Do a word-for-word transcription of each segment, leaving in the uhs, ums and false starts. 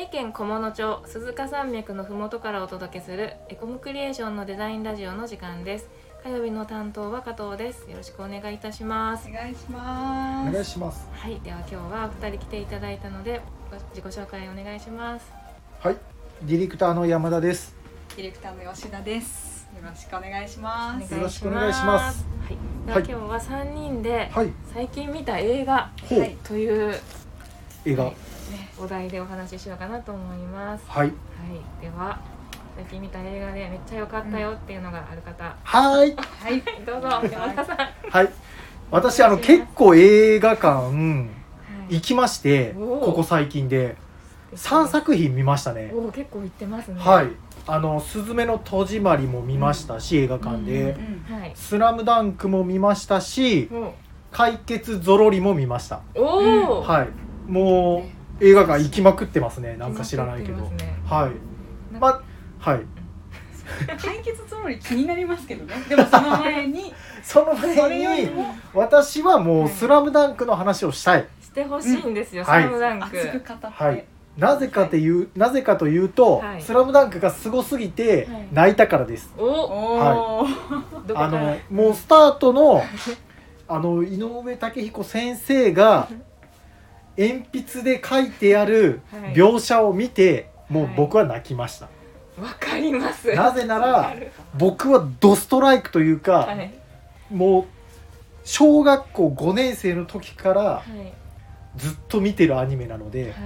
重県菰野町鈴鹿山脈のふもとからお届けするエコムクリエーションのデザインラジオの時間です。火曜日の担当は加藤です。よろしくお願いいたします。 お願いします。 お願いします。 はい、では今日はふたり来ていただいたので自己紹介お願いします。 はい、ディレクターの山田です。 ディレクターの吉田です。よろしくお願いします。 よろしくお願いします。 はい、では、はい、今日はさんにんで最近見た映画、 はい、 という映画、 はいね、お題でお話ししようかなと思います。 はい、はい、 では最近見た映画でめっちゃ良かったよっていうのがある方、うん、 はい、 はい、どうぞ山田さん。 はい、私あの結構映画館行きまして、はい、ここ最近でさんさく品見ましたね。 お結構行ってますね。 はい、あのすずめの戸締まりも見ましたし、うん、映画館で、うんうんはい、スラムダンクも見ましたし、うん、解決ゾロリも見ました。お、はい、もう映画館行きまくってますね。なんか知らないけど、ね、はい、まはい。 解決ゾロリ気になりますけどね。でもその前にその前に私はもうスラムダンクの話をしたい。 してほしいんですよ、うん、スラムダンク。 熱く語って。 はい。なぜかという、なぜかというと、はい、スラムダンクがすごすぎて泣いたからです。はい、お、はい、あのもうスタートのあの井上武彦先生が鉛筆で書いてある描写を見て、もう僕は泣きました。 わ、はい、かります。 なぜなら僕はドストライクというか、はい、もう小学校ごねん生の時からずっと見てるアニメなので、はい、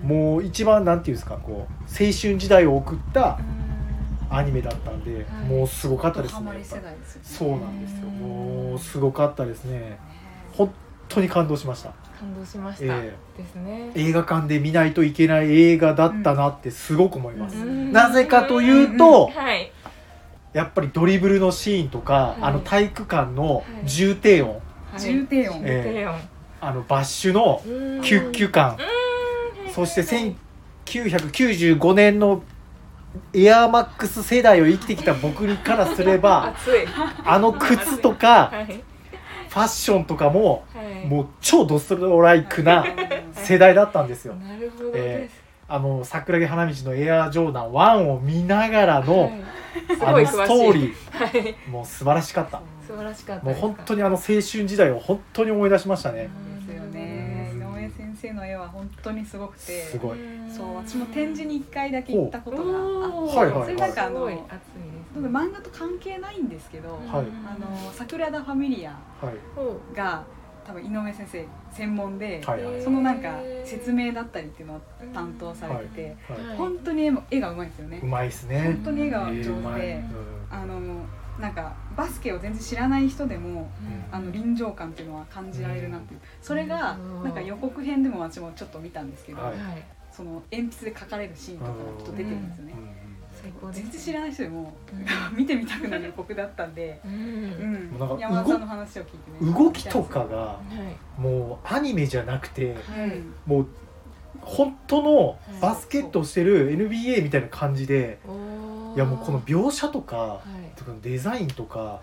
もう一番なんていうんですか、こう青春時代を送ったアニメだったんで、はい、もうすごかったですね。そうなんですよ。もうすごかったですね。本当に感動しました。 感動しました、えー、ですね。 映画館で見ないといけない映画だったなってすごく思います。うん、なぜかというと、うんはい、やっぱりドリブルのシーンとか、はい、あの体育館の重低音、 はい、重低音、 えー、あのバッシュのキュッキュ感、そしてせんきゅうひゃくきゅうじゅうごねんのエアーマックス世代を生きてきた僕からすればあの靴とか、はい、ファッションとかも、はい、もう超ドストライクな世代だったんですよ。 なるほどです。 えー、あの桜木花道のエアージョーダンワンを見ながらの、はい、あのストーリー、はい、もう素晴らしかった。 素晴らしかった。 もう本当にあの青春時代を本当に思い出しましたね。 ですよね。井上先生の絵は本当にすごくて、 すごい。 そう私も展示にいっかいだけ行ったことがあって、 はいはいはい、 それなんかあの漫画と関係ないんですけど、はい、あの桜田ファミリアが、はい、多分井上先生専門で、はい、そのなんか説明だったりっていうのを担当されてて、はいはい、本当に絵がうまいですよね。 うまいですね。 本当に絵が上手で、えー、あのなんかバスケを全然知らない人でも、うん、あの臨場感っていうのは感じられるなっていう、それがなんか予告編でも私もちょっと見たんですけど、はい、その鉛筆で描かれるシーンとかがちょっと出てるんですよね。うん、全然知らない人でも、うん、見てみたくなる予告だったんで、うんうん、なんか山田さんの話を聞いてね、 動きとかがもうアニメじゃなくて、はい、もう本当のバスケットをしてる エヌビーエー みたいな感じで、いやもうこの描写とか、はい、とかデザインとか、はい、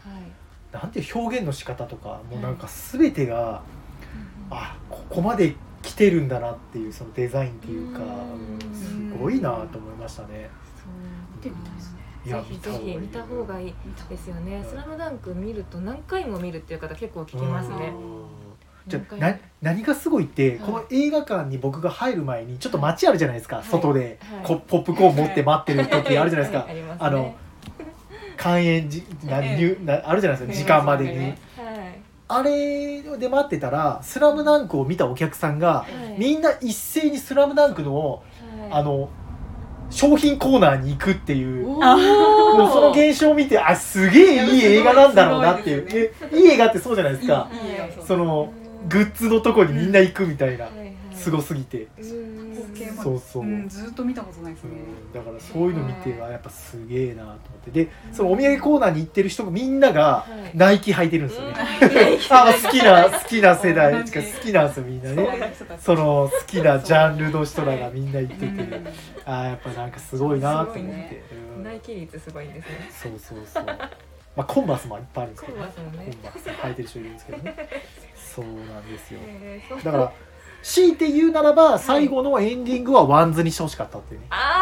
なんていう表現の仕方とか、もうなんか全てが、はい、あここまで来てるんだなっていうそのデザインっていうか、うん、すごいなと思いましたね。 見てみたいですね。 いやぜひぜひ見た方がいいですよね。スラムダンク見ると何回も見るっていう方結構聞きますね。 じゃあな何がすごいって、はい、この映画館に僕が入る前にちょっと街あるじゃないですか、はい、外で、はい、こポップコーン持って待ってる時あるじゃないですか、はい、あ, あの開演時ななあるじゃないですか、時間までに、はい、あれで待ってたらスラムダンクを見たお客さんが、はい、みんな一斉にスラムダンクの、はい、あの商品コーナーに行くっていう、もうその現象を見て、あすげえいい映画なんだろうなっていう、ね、いい映画ってそうじゃないですか、いいいいそのグッズのとこにみんな行くみたいな、うん、すごすぎて、 うん、 そうそう、うん、 ずっと見たことないですね、 うん、だからそういうの見てはやっぱすげえなと思って、でそのお土産コーナーに行ってる人みんながナイキ履いてるんですよね、あ好きな好きな世代好きなんですよみんなね、その好きなジャンルの人らがみんな行ってて、あやっぱなんかすごいなと思って、ねうん、ナイキ率すごいんですね。 そうそうそうまあコンバースもいっぱいあるんですけど、ね、 コンバースもね、 コンバース履いてる人いるんですけどねそうなんですよ。だから強いて言うならば最後のエンディングはワンズにしてほしかったっていうね、 あ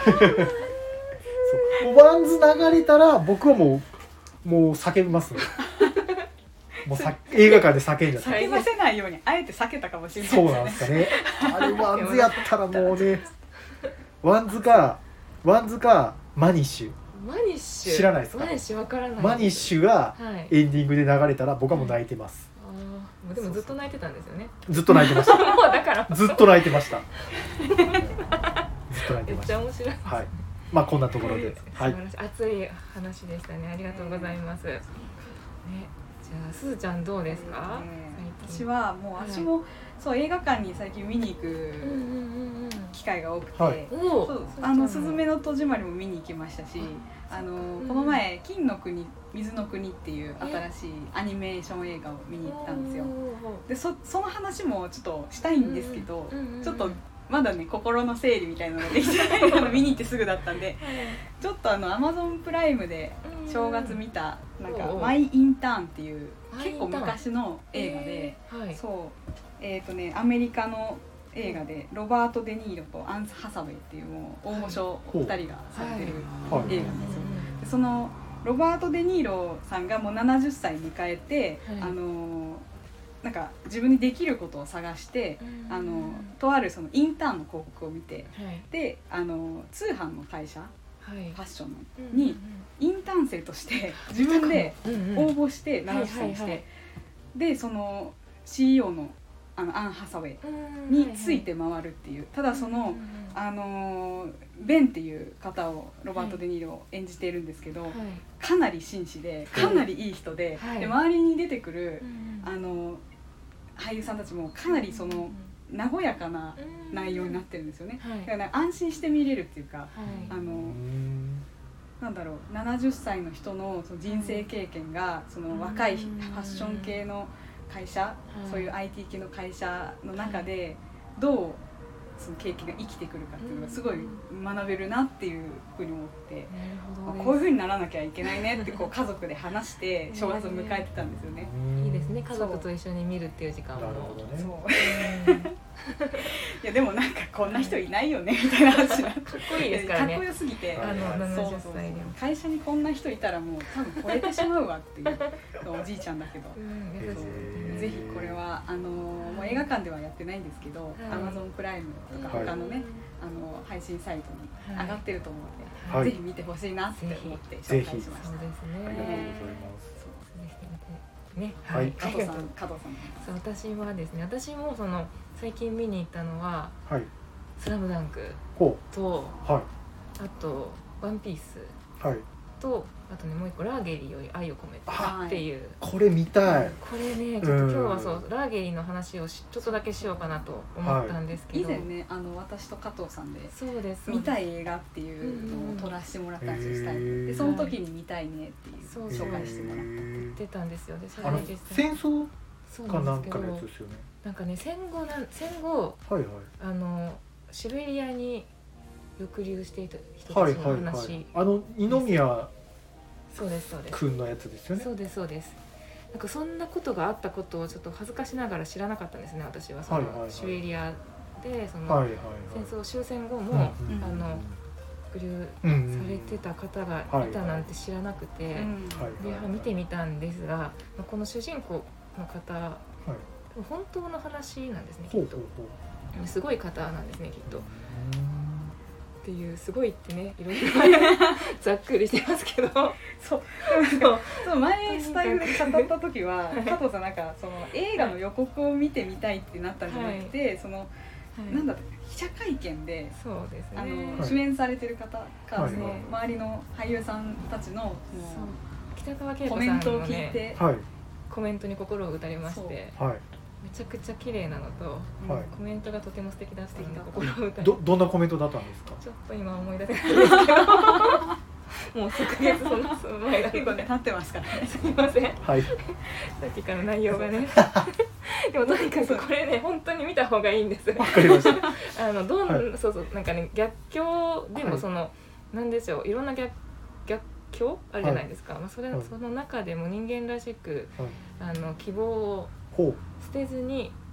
そうワンズ流れたら僕はもうもう叫びますねもうさ映画館で叫んじゃった叫ばせないようにあえて避けたかもしれないそうなんですかねあれワンズやったらもうねワンズかワンズかマニッシュマニッシュ知らないですかマニッシュわからないマニッシュがはいエンディングで流れたら僕はもう泣いてます、 あーもうでもずっと泣いてたんですよねずっと泣いてましたもうだからずっと泣いてましたずっと泣いてめっましたちゃ面白いはいまあこんなところで、はい素晴らしい熱い話でしたねありがとうございます、ね、じゃあすずちゃんどうですか、 えー最近私はもう私も、そう映画館に最近見に行くうんうんうんうん機会が多くて、 はいおそうあのすずめの戸締まりも見に行きましたし、あのこの前金の国水の国っていう新しいアニメーション映画を見に行ったんですよ。で そ, その話もちょっとしたいんですけど、 うんうんうんうんちょっとまだね心の整理みたいなのができてないの見に行ってすぐだったんでちょっとあの Amazon プライムで正月見たなんかおうおうマイ・インターンっていうマイインターン結構昔の映画で、 はいそうえっ、とねアメリカの映画でロバート・デ・ニーロとアン・ハサウェイっていうもう大御所ふたりがされてるはい映画なんですよ。でそのロバート・デ・ニーロさんがもうななじゅっさい迎えて、 はいあのなんか自分にできることを探して、 うんあのとあるそのインターンの広告を見てはいであの通販の会社はいファッションのにインターン生として自分で応募してななじゅっさいにしてでその シーイーオー の, あのアン・ハサウェイについて回るっていうただそのあのベンっていう方をロバート・デ・ニーロを演じているんですけど、かなり紳士でかなりいい人で、 はいで周りに出てくるあの俳優さんたちもかなりその和やかな内容になってるんですよね。 はいだから安心して見れるっていうか、 はいあのうんなんだろうななじゅっさいの人のその人生経験がその若いファッション系の会社、 いそういう アイティー 系の会社の中でどうその経験が生きてくるかっていうのがすごい学べるなっていうふうに思って、 なるほどですこういうふうにならなきゃいけないねってこう家族で話して正月を迎えてたんですよね。 いいですね家族と一緒に見るっていう時間もなるほどねそううんいやでもなんかこんな人いないよねみたいな話になってかっこいいですからねかっこよすぎてあのそうななじゅっそうそうさいでも会社にこんな人いたらもう多分惚れてしまうわっていうおじいちゃんだけどうん優しいへーぜひこれはあのもう映画館ではやってないんですけど、 はい Amazon プライムとか他のね、あの配信サイトに上がってると思うので、 はいぜひ見てほしいなって思って紹ぜひ介しました。 そうですねありがとうございますそうねはい加藤さん、加藤さん。 そう私はですね私もその最近見に行ったのははい 「スラムダンクほとうはあと「ワンピースいはいとあとねもう一個「ラーゲリより愛を込めて」っていうこれ見たいこれねちょっと今日はそうラーゲリの話をしちょっとだけしようかなと思ったんですけど、 以前ね、あの私と加藤さんでそうです見たい映画っていうのを撮らせてもらったんですよ、スタイルでその時に見たいねっていうそう紹介してもらっ言ってたんですよでそあのれで実際戦争そうかなんんなですけどかのやつですよねなんかね戦後なん戦後はいはいあのシベリアに抑留していた人たちはいはいの話、 はいあの二宮そうですそうです君のやつですよねそうですそうですなんかそんなことがあったことをちょっと恥ずかしながら知らなかったんですね私はその、 はいはいはいシベリアでその、 はいはいはい戦争終戦後も、 うんうんあの抑留うんされてた方がいたなんて知らなくて、 うんはいで見てみたんですがこの主人公の方はい本当の話なんですねきっとほうほうほうすごい方なんですねきっとっうていうすごいってねいろいろざっくりしてますけどそうそうそう前スタイルで語った時は加藤さんなんかその映画の予告を見てみたいってなったんじゃなくて、そのなんだろう記者会見でそうですあねの、 はい主演されてる方が、 はいその周りの俳優さんたちのもそう北川景うコ子さんメントを聞いのねて、 はいコメントに心を打たれましてはいめちゃくちゃ綺麗なのと、 はいコメントがとても素敵だったので心を打たれどどんなコメントだったんですかちょっと今思い出せないんですけどもう数ヶ月そのその前だ結構ね立ってますからね。 すいませんはいさっきから内容がねでもとにかくこれね本当に見た方がいいんですわかりましたあのどん、 はいそうそうなんかね逆境でもその、なんでしょういろんな逆逆境あるじゃないですか、まあ、それ、 はいその中でも人間らしくはいあの希望をほう捨てずに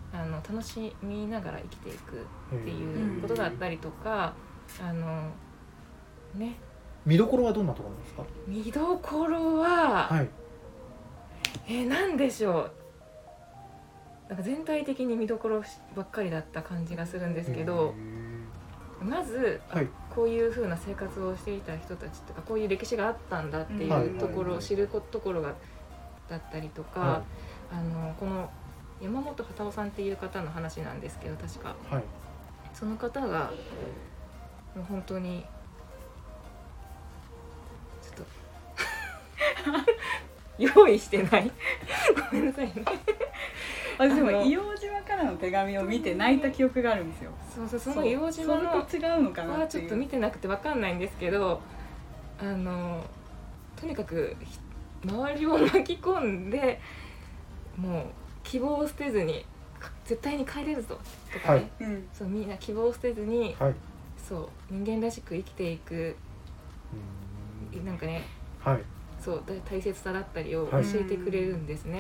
あの楽しみながら生きていくっていうことだったりとか、あのね、 見どころはどんなところですか？ 見どころは、 はい、 えー、なんでしょう、なんか全体的に見どころばっかりだった感じがするんですけど、まず、はい、こういう風な生活をしていた人たちとか、こういう歴史があったんだっていうところを知るところがだったりとか、はい、あのこの山本幡夫さんっていう方の話なんですけど、確か、はい、その方がもう本当にちょっと用意してないごめんなさいね私でも硫黄島からの手紙を見て泣いた記憶があるんですよ。 そうそう、その硫黄島のそれと違うのかなはちょっと見てなくて分かんないんですけど、あのとにかく周りを巻き込んで、もう希望を捨てずに絶対に帰れるぞとかね、はい、そうみんな希望を捨てずに、はい、そう人間らしく生きていく、うん、なんかね、はい、そう大切さだったりを教えてくれるんですね。はい、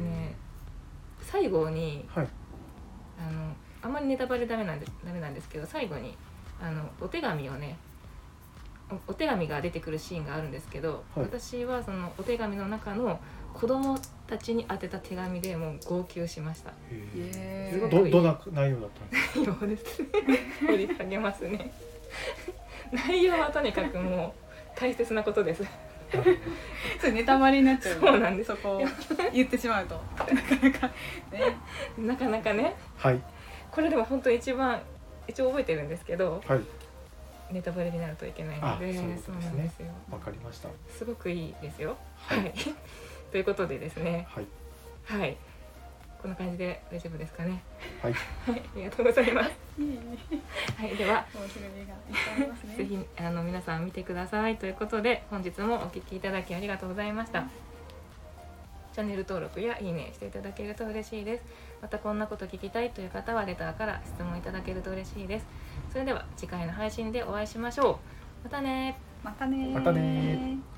ね、最後に、はい、あのあんまりネタバレダメなんでダメなんですけど、最後にあのお手紙をねお、お手紙が出てくるシーンがあるんですけど、はい、私はそのお手紙の中の子供たちに宛てた手紙でもう号泣しました。 へすごくいい。ど, どんな内容だったんですか？ 内容ですね掘り下げますね内容はとにかくもう大切なことですそれネタバレになっちゃう。 そうなんです。 そこを言ってしまうとなかなかねなかなかね、はい、これでも本当に一番一応覚えてるんですけど、はい、ネタバレになるといけないので、そうなんですよ。 わかりました。 すごくいいですよ。はい、はい、ということでですね、はい、はい、こんな感じで大丈夫ですかね。はい、はい、ありがとうございます。はい、では面白い映画いっぱいありますね。ぜひあの皆さん見てくださいということで、本日もお聞きいただきありがとうございました。チャンネル登録やいいねしていただけると嬉しいです。またこんなこと聞きたいという方はレターから質問いただけると嬉しいです。それでは次回の配信でお会いしましょう。またね。 またね。 またね。